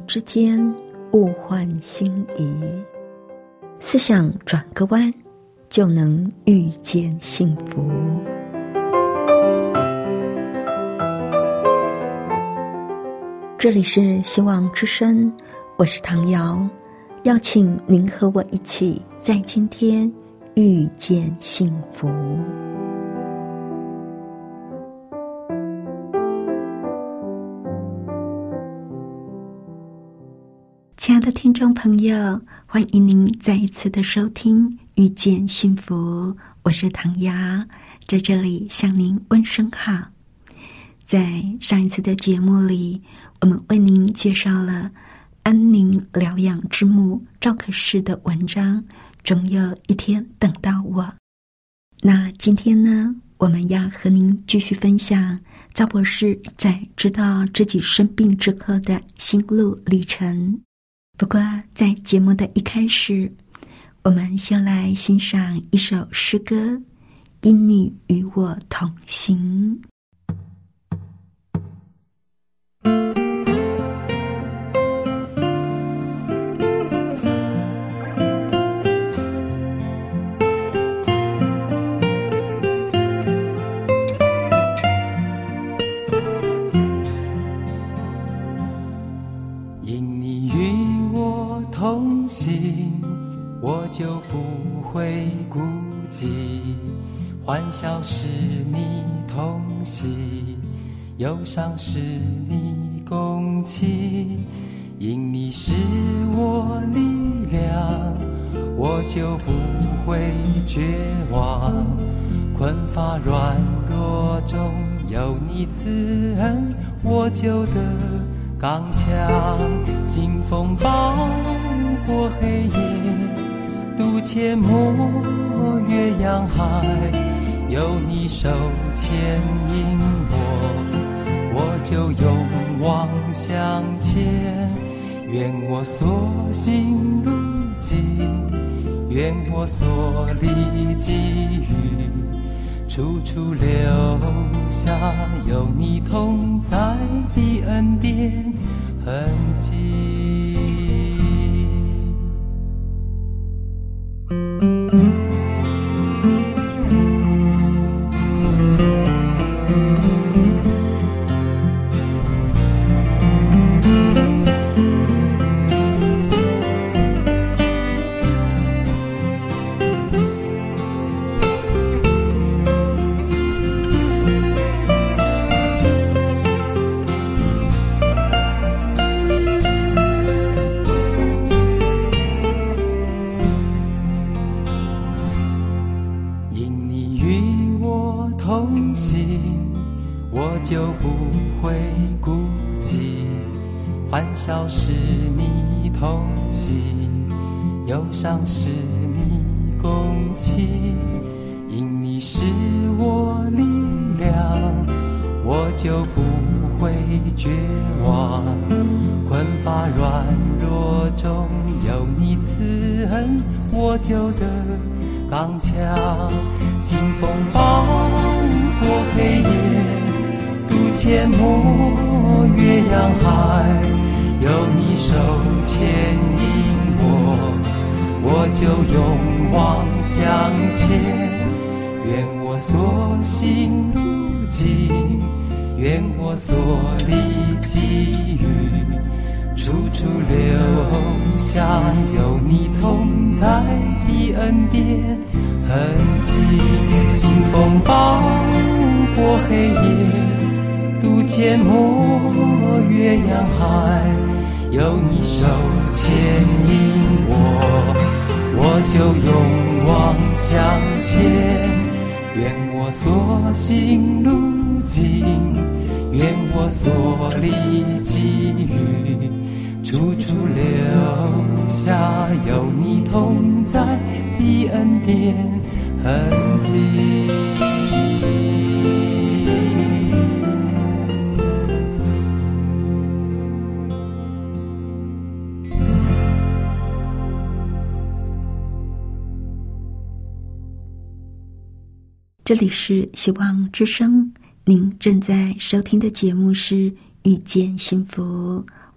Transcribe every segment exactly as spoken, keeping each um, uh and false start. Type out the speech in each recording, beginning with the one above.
之间，物换星移，思想转个弯，就能遇见幸福。这里是希望之声，我是唐瑶，邀请您和我一起在今天遇见幸福。亲爱的听众朋友，欢迎您再一次的收听遇见幸福，我是唐瑶，在这里向您问声好。在上一次的节目里，我们为您介绍了安宁疗养之母赵可式的文章，总有一天等到我。那今天呢，我们要和您继续分享赵博士在知道自己生病之后的心路历程。不过在节目的一开始，我们先来欣赏一首诗歌《因你与我同行》。 我就不会孤寂，欢笑是你同喜，忧伤是你共泣，因你是我力量，我就不会绝望，困乏软弱中有你慈恩，我就得刚强，经风暴过黑夜，渡阡陌越洋海，有你手牵引我，我就勇往向前，愿我所行路径，愿我所历际遇，处处留下有你同在的恩典痕迹。就不会孤寂，欢笑是你同喜，忧伤是你共泣，因你是我力量，我就不会绝望，困乏软弱中有你慈恩，我就得刚强，经风暴过黑夜，渡阡陌越洋海，有你手牵引我，我就勇往向前，愿我所行路径，愿我所历际遇，处处留下有你同在的恩典痕迹，经风暴过黑夜，渡阡陌越洋海，有你手牵引我，我就勇往向前，愿我所行路径，愿我所历际遇，处处留下有你同在的恩典痕迹。 这里是希望之声，您正在收听的节目是遇见幸福，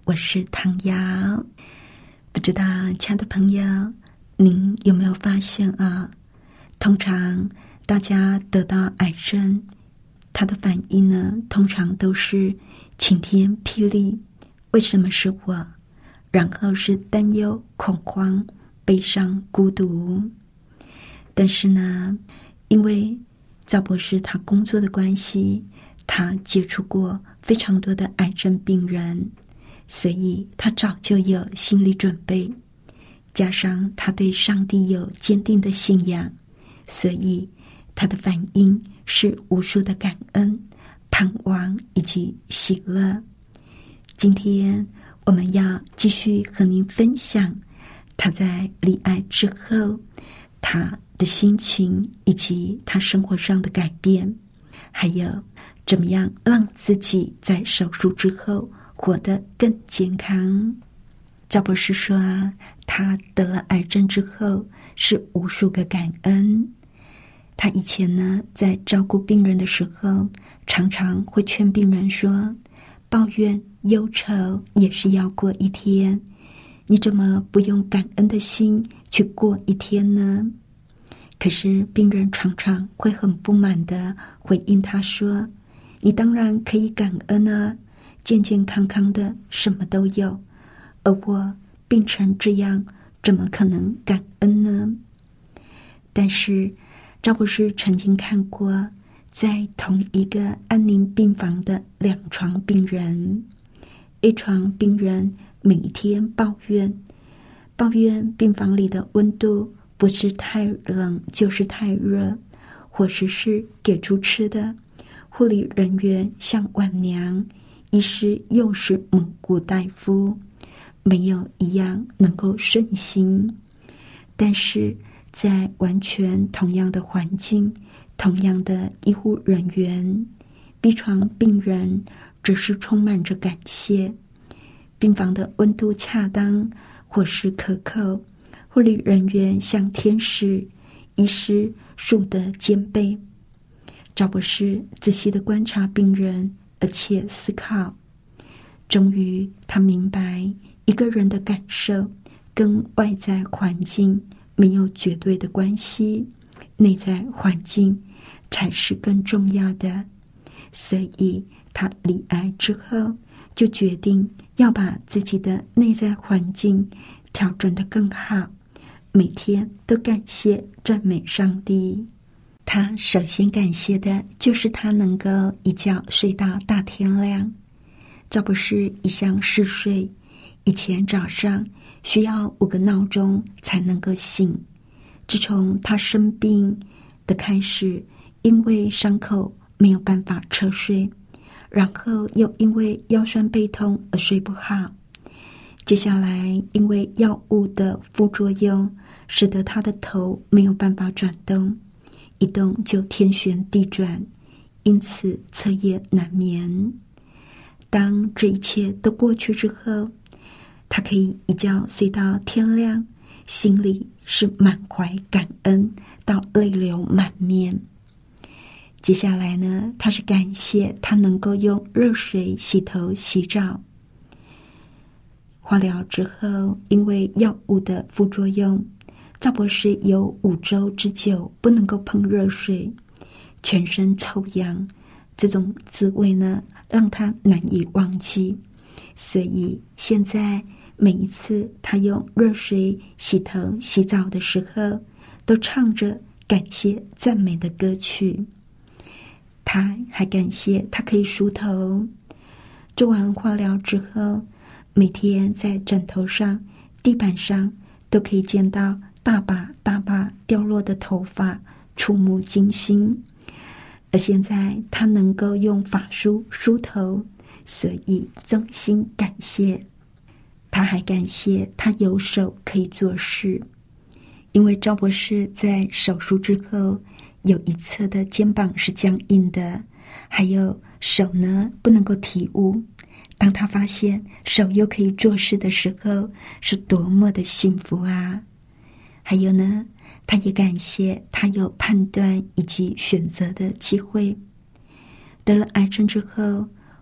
我是唐瑶。不知道亲爱的朋友，您有没有发现啊？通常大家得到癌症，他的反应呢，通常都是晴天霹雳，为什么是我？然后是担忧、恐慌、悲伤、孤独。但是呢，因为赵博士他工作的关系，他接触过非常多的癌症病人，所以他早就有心理准备，加上他对上帝有坚定的信仰，所以他的反应是无数的感恩、盼望以及喜乐。今天我们要继续和您分享他在罹癌之后他的心情，以及他生活上的改变，还有怎么样让自己在手术之后活得更健康。赵博士说，他得了癌症之后是无数个感恩。他以前呢，在照顾病人的时候，常常会劝病人说，抱怨忧愁也是要过一天，你怎么不用感恩的心去过一天呢？可是病人常常会很不满地回应他说，你当然可以感恩啊，健健康康的什么都有，而我病成这样，怎么可能感恩呢？但是赵博士曾经看过在同一个安宁病房的两床病人，一床病人每天抱怨抱怨病房里的温度不是太冷就是太热，伙食是给猪吃的，护理人员像晚娘，医师又是蒙古大夫，没有一样能够顺心。但是在完全同样的环境，同样的医护人员，B床病人则是充满着感谢，病房的温度恰当，伙食可口，护理人员像天使，医师树德兼备。赵博士仔细地观察病人，而且思考，终于他明白，一个人的感受跟外在环境没有绝对的关系，内在环境才是更重要的。所以他罹癌之后，就决定要把自己的内在环境调整得更好，每天都感谢赞美上帝。他首先感谢的就是他能够一觉睡到大天亮。赵博士一向嗜睡，以前早上需要五个闹钟才能够醒。自从他生病的开始，因为伤口没有办法侧睡，然后又因为腰酸背痛而睡不好。接下来因为药物的副作用，使得他的头没有办法转动，一动就天旋地转，因此彻夜难眠。当这一切都过去之后，他可以一觉睡到天亮，心里是满怀感恩到泪流满面。接下来呢，他是感谢他能够用热水洗头洗澡。化疗之后，因为药物的副作用，赵博士有五周之久不能够碰热水，全身抽痒，这种滋味呢，让他难以忘记。所以现在每一次他用热水洗头洗澡的时候，都唱着感谢赞美的歌曲。他还感谢他可以梳头。做完化疗之后，每天在枕头上、地板上都可以见到大把大把掉落的头发，触目惊心。而现在他能够用法梳梳头，所以衷心感谢。他还感谢他有手可以做事，因为赵博士在手术之后有一侧的肩膀是僵硬的，还有手呢不能够提物。当他发现手又可以做事的时候，是多么的幸福啊！还有呢，他也感谢他有判断以及选择的机会。得了癌症之后，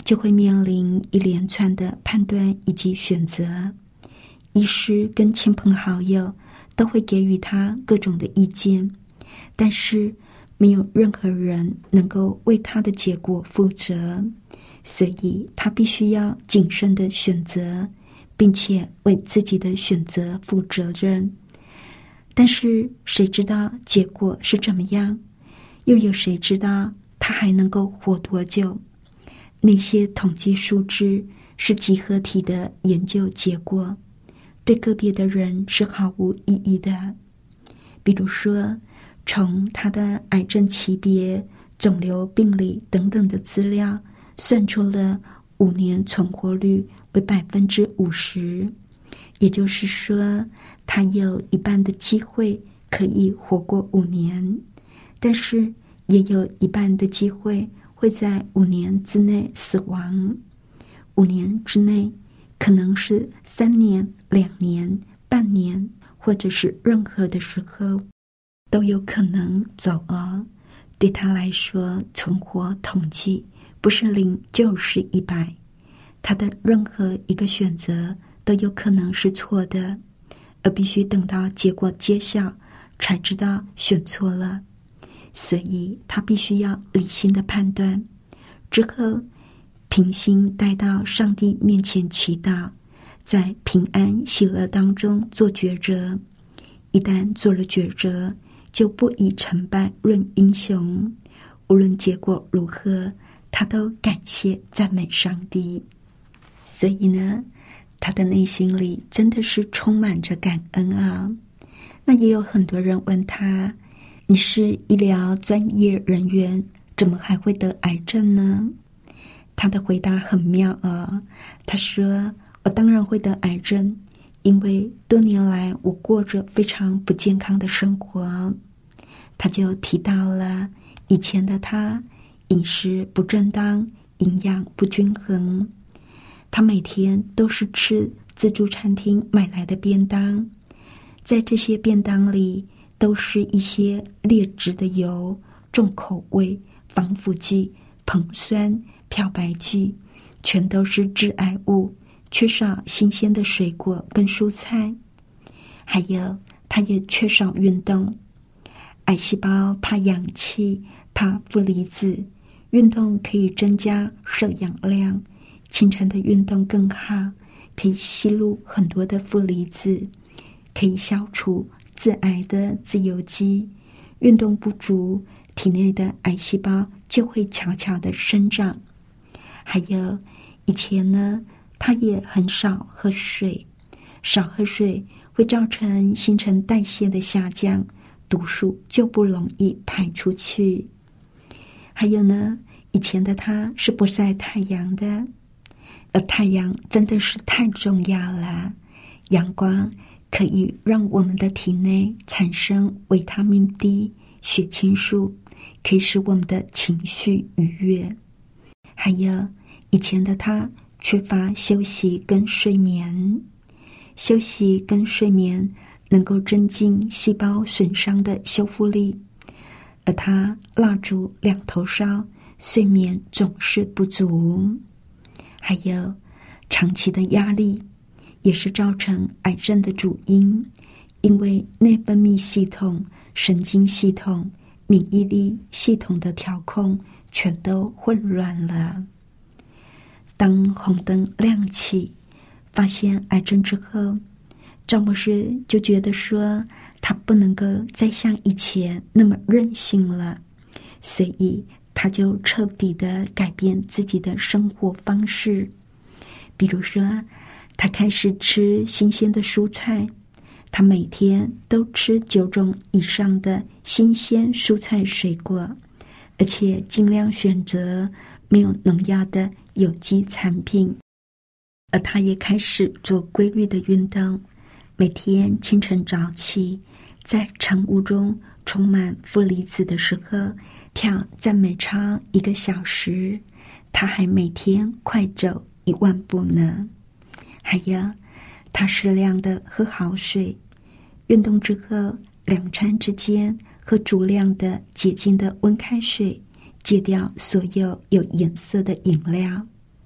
就会面临一连串的判断以及选择。医师跟亲朋好友都会给予他各种的意见，但是没有任何人能够为他的结果负责，所以他必须要谨慎的选择，并且为自己的选择负责任。但是谁知道结果是怎么样？又有谁知道他还能够活多久？那些统计数字是集合体的研究结果，对个别的人是毫无意义的。比如说，从他的癌症级别、肿瘤病理等等的资料，算出了五年存活率为百分之五十，也就是说，他有一半的机会可以活过五年，但是也有一半的机会会在五年之内死亡。五年之内可能是三年、两年、半年，或者是任何的时候都有可能走哦。对他来说，存活统计不是零就是一百，他的任何一个选择都有可能是错的，而必须等到结果揭晓才知道选错了。所以他必须要理性的判断，之后平心带到上帝面前祈祷，在平安喜乐当中做抉择。一旦做了抉择，就不以成败论英雄，无论结果如何，他都感谢赞美上帝。所以呢，他的内心里真的是充满着感恩啊。那也有很多人问他，你是医疗专业人员，怎么还会得癌症呢？他的回答很妙啊，他说，我当然会得癌症，因为多年来我过着非常不健康的生活。他就提到了以前的他饮食不正当，营养不均衡，他每天都是吃自助餐厅买来的便当，在这些便当里都是一些劣质的油、重口味、防腐剂、硼酸、漂白剂，全都是致癌物，缺少新鲜的水果跟蔬菜，还有他也缺少运动。癌细胞怕氧气，怕负离子，运动可以增加摄氧量，清晨的运动更好，可以吸入很多的负离子，可以消除致癌的自由基。运动不足，体内的癌细胞就会悄悄的生长。还有以前呢，他也很少喝水，少喝水会造成新陈代谢的下降，毒素就不容易排出去。还有呢，以前的他是不晒太阳的，而太阳真的是太重要了。阳光可以让我们的体内产生维他命 D、血清素，可以使我们的情绪愉悦。还有以前的他缺乏休息跟睡眠，休息跟睡眠能够增进细胞损伤的修复力，而他蜡烛两头烧，睡眠总是不足。还有长期的压力也是造成癌症的主因，因为内分泌系统、神经系统、免疫力系统的调控全都混乱了。当红灯亮起，发现癌症之后，赵牧师就觉得说，他不能够再像以前那么任性了，所以他就彻底的改变自己的生活方式。比如说，他开始吃新鲜的蔬菜，他每天都吃九种以上的新鲜蔬菜水果，而且尽量选择没有农药的有机产品。而他也开始做规律的运动，每天清晨早起，在晨雾中充满负离子的时候跳赞美操一个小时，他还每天快走一万步呢。还有他适量的喝好水，运动之后两餐之间喝足量的洁净的温开水，戒掉所有有颜色的饮料。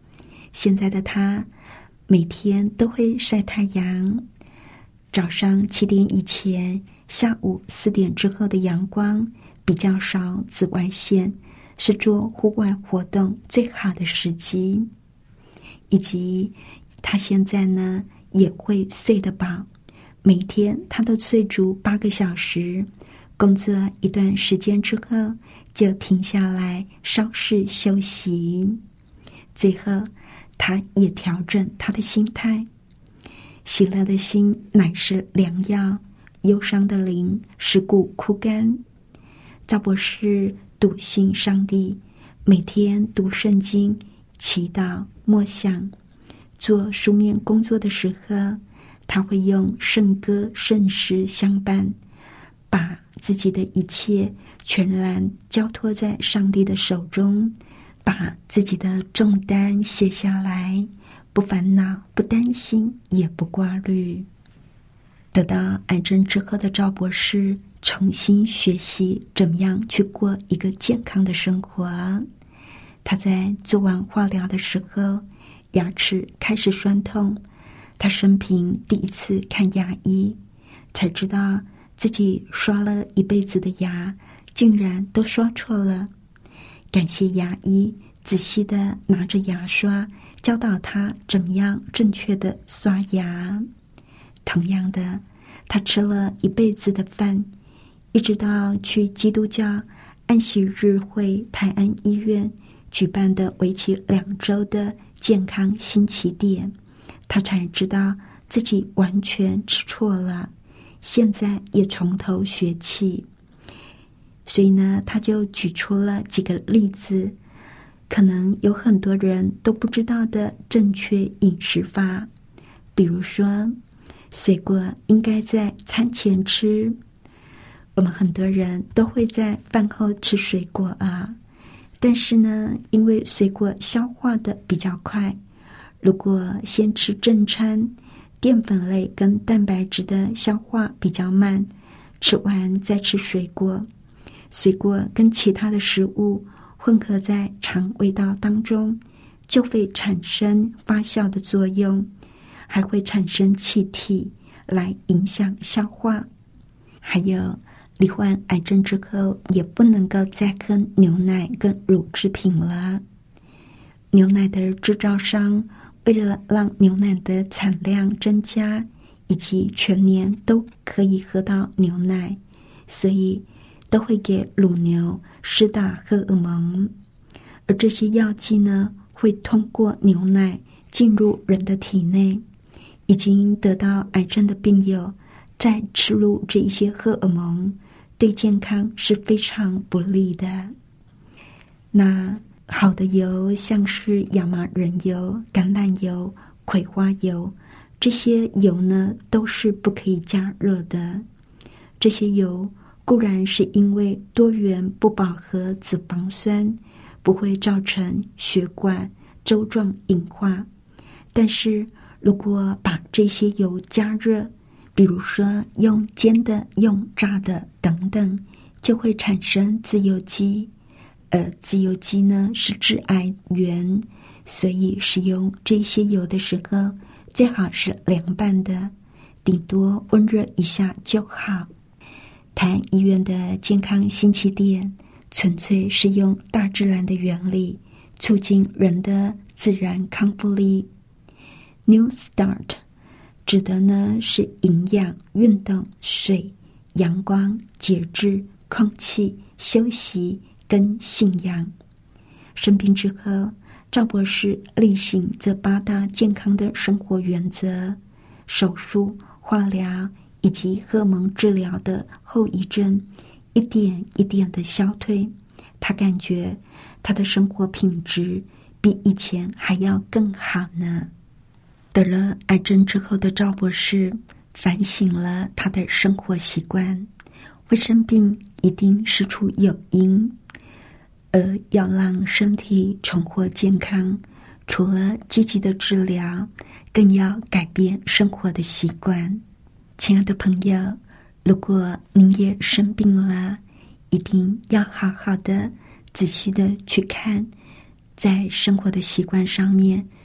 现在的他每天都会晒太阳，早上七点以前，下午四点之后的阳光比较少紫外线，是做户外活动最好的时机。以及他现在呢也会睡得饱，每天他都睡足八个小时，工作一段时间之后就停下来稍事休息。最后他也调整他的心态，喜乐的心乃是良药，忧伤的灵使骨枯干。赵博士笃信上帝，每天读圣经、祈祷、默想，做书面工作的时候，他会用圣歌、圣诗相伴，把自己的一切全然交托在上帝的手中，把自己的重担卸下来，不烦恼，不担心，也不挂虑。得到癌症之后的赵博士重新学习怎么样去过一个健康的生活。他在做完化疗的时候，牙齿开始酸痛，他生平第一次看牙医，才知道自己刷了一辈子的牙竟然都刷错了。感谢牙医仔细地拿着牙刷教导他怎么样正确的刷牙。同样的，他吃了一辈子的饭，一直到去基督教安息日会台安医院举办的为期两周的健康新起点，他才知道自己完全吃错了，现在也从头学起。所以呢，他就举出了几个例子，可能有很多人都不知道的正确饮食法。比如说，水果应该在餐前吃，我们很多人都会在饭后吃水果啊，但是呢，因为水果消化的比较快，如果先吃正餐，淀粉类跟蛋白质的消化比较慢，吃完再吃水果，水果跟其他的食物混合在肠胃道当中，就会产生发酵的作用，还会产生气体来影响消化。还有罹患癌症之后也不能够再喝牛奶跟乳制品了。牛奶的制造商为了让牛奶的产量增加，以及全年都可以喝到牛奶，所以都会给乳牛施打荷尔蒙，而这些药剂呢，会通过牛奶进入人的体内。已经得到癌症的病友再吃入这一些荷尔蒙，对健康是非常不利的。那好的油，像是亚麻仁油、橄榄油、葵花油，这些油呢都是不可以加热的。这些油固然是因为多元不饱和脂肪酸不会造成血管粥状硬化，但是如果把这些油加热，比如说用煎的、用炸的等等，就会产生自由基，而自由基呢是致癌源，所以使用这些油的时候，最好是凉拌的，顶多温热一下就好。台安医院的健康新起点，纯粹是用大自然的原理，促进人的自然康复力。New Start 指的呢是营养、运动、水、阳光、节制、空气、休息跟信仰。生病之后，赵博士例行这八大健康的生活原则，手术、化疗以及荷尔蒙治疗的后遗症一点一点的消退，他感觉他的生活品质比以前还要更好呢。得了癌症之后的赵博士反省了他的生活习惯，会生病一定是出有因，而要让身体重获健康，除了积极的治疗，更要改变生活的习惯。亲爱的朋友，如果您也生病了，一定要好好的仔细的去看，在生活的习惯上面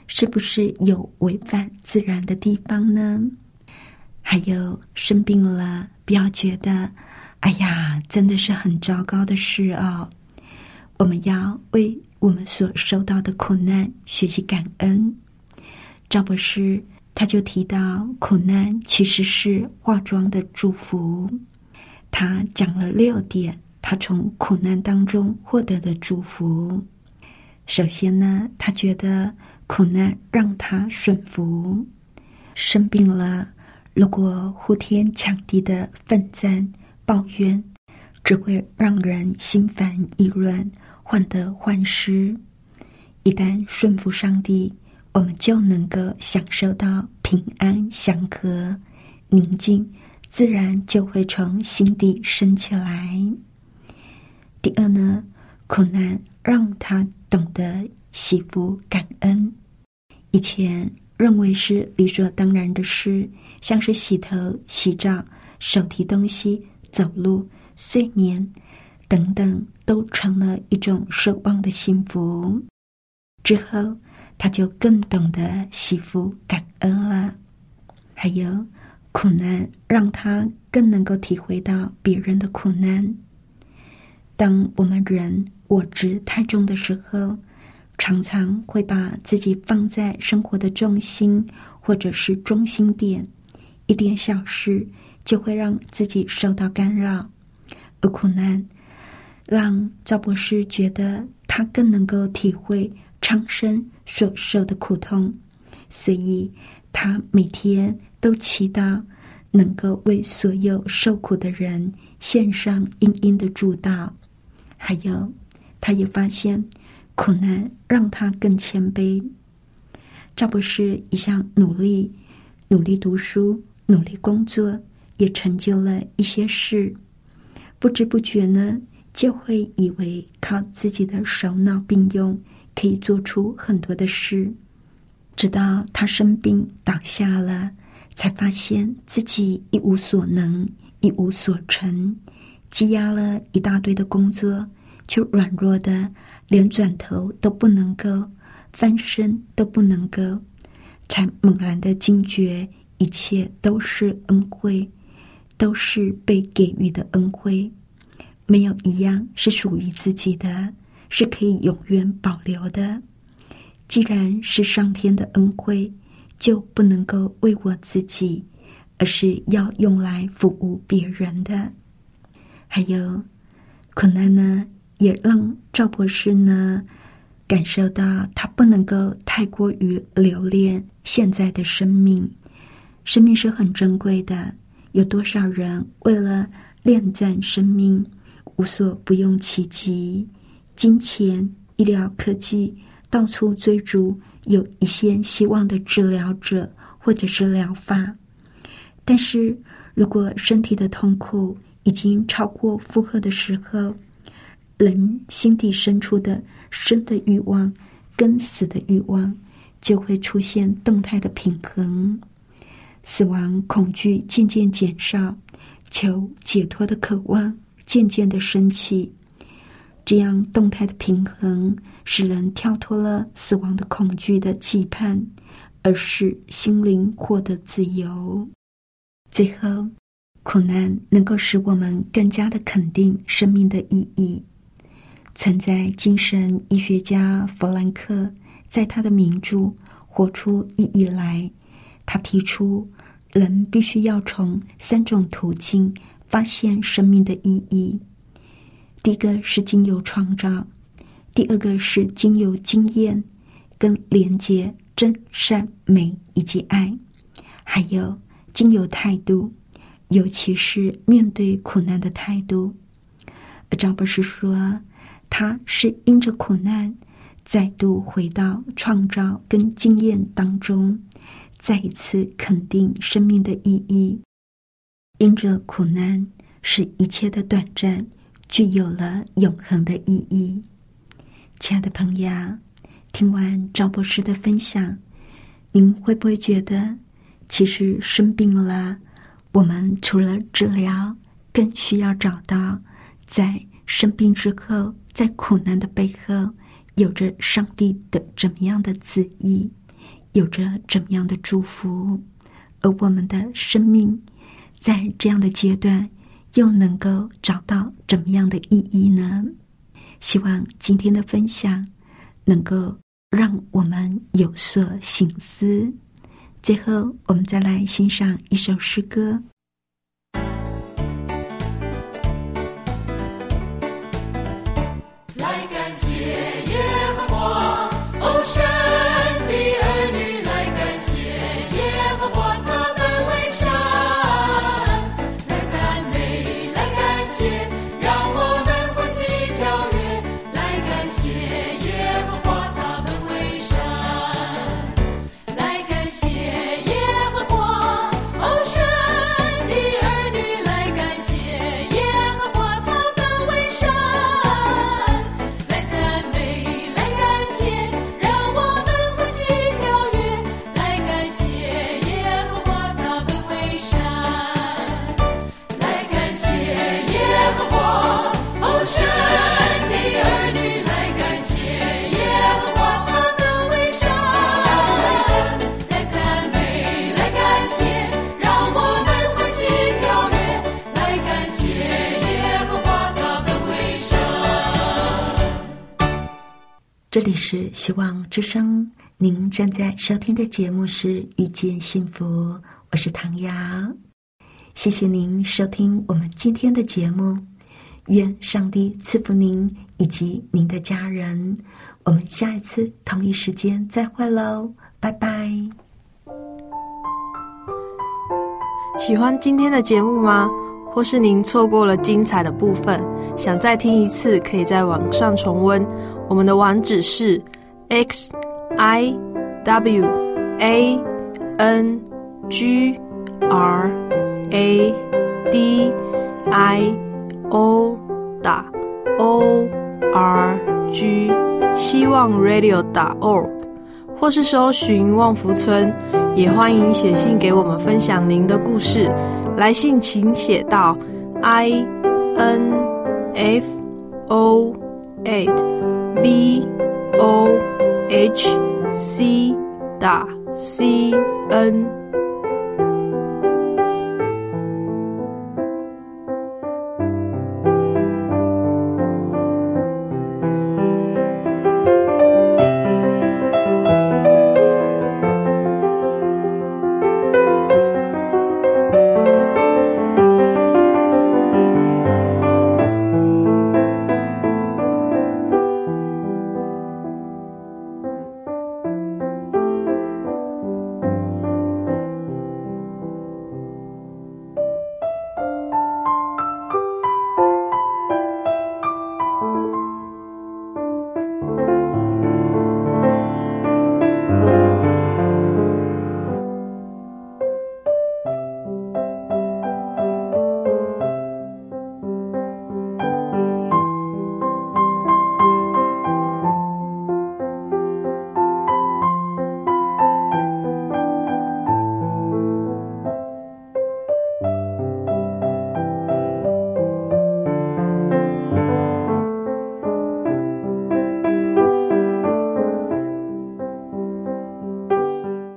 是不是有违反自然的地方呢？还有生病了，不要觉得哎呀真的是很糟糕的事哦。我们要为我们所受到的苦难学习感恩。赵博士他就提到，苦难其实是化妆的祝福。他讲了六点他从苦难当中获得的祝福。首先呢，他觉得苦难让他顺服。生病了，如果呼天抢地的奋战抱怨，只会让人心烦意乱，患得患失。一旦顺服上帝，我们就能够享受到平安祥和，宁静自然就会从心底升起来。第二呢，苦难让他懂得惜福感恩。以前认为是理所当然的事，像是洗头、洗澡、手提东西、走路、睡眠等等，都成了一种奢望的幸福。之后他就更懂得惜福感恩了。还有苦难让他更能够体会到别人的苦难。当我们人我执太重的时候，常常会把自己放在生活的重心或者是中心点，一点小事就会让自己受到干扰。而苦难让赵博士觉得他更能够体会苍生所受的苦痛，所以他每天都祈祷能够为所有受苦的人献上殷殷的祝祷。还有他也发现苦难让他更谦卑。赵博士一向努力努力读书，努力工作，也成就了一些事，不知不觉呢就会以为靠自己的手脑并用可以做出很多的事。直到他生病倒下了，才发现自己一无所能，一无所成，积压了一大堆的工作，却软弱的连转头都不能够，翻身都不能够，才猛然的惊觉一切都是恩惠，都是被给予的恩惠，没有一样是属于自己的，是可以永远保留的。既然是上天的恩惠，就不能够为我自己，而是要用来服务别人的。还有苦难呢，也让赵博士呢感受到他不能够太过于留恋现在的生命。生命是很珍贵的，有多少人为了恋战生命无所不用其极，金钱、医疗科技到处追逐有一线希望的治疗者或者是疗法。但是如果身体的痛苦已经超过负荷的时候，人心底深处的生的欲望跟死的欲望就会出现动态的平衡，死亡恐惧渐渐减少，求解脱的渴望渐渐的升起。这样动态的平衡使人跳脱了死亡的恐惧的期盼，而使心灵获得自由。最后，苦难能够使我们更加的肯定生命的意义。存在精神医学家弗兰克在他的名著《活出意义来》，他提出人必须要从三种途径发现生命的意义。第一个是经由创造，第二个是经由经验跟连结真善美以及爱，还有经由态度，尤其是面对苦难的态度。而赵博士说，他是因着苦难再度回到创造跟经验当中，再一次肯定生命的意义。因着苦难使一切的短暂具有了永恒的意义。亲爱的朋友，听完赵博士的分享，您会不会觉得其实生病了，我们除了治疗，更需要找到在生病之后，在苦难的背后有着上帝的怎么样的旨意， 有着怎么样的祝福，而我们的生命在这样的阶段又能够找到怎么样的意义呢？希望今天的分享能够让我们有所省思。最后我们再来欣赏一首诗歌。 来感谢耶和华，哦神的儿女，来感谢耶和华，他们为善，来赞美，来感谢，让我们欢喜跳跃，来感谢耶和华，他们为善，来感谢耶和华，哦神的儿女，来感谢耶和华，他们为善，来赞美，来感谢，让我们欢喜跳跃，来感谢耶和华，他们为善，来感谢耶和华，哦神的儿女，来感谢耶和华，他们为善，来赞美，来感谢，让我们欢喜跳跃，来感谢耶和华，他们为善。 这里是希望之声，您正在收听的节目是遇见幸福，我是唐瑶。谢谢您收听我们今天的节目，愿上帝赐福您以及您的家人。我们下一次同一时间再会喽，拜拜。 喜欢今天的节目吗？或是您错过了精彩的部分，想再听一次，可以在网上重温。我们的网址是 x i w a n g r a d i o 打 o r g 希望 radio 打 org， 或是搜寻旺福村，也欢迎写信给我们分享您的故事。来信请写到 i n f o at v o h c 打 c n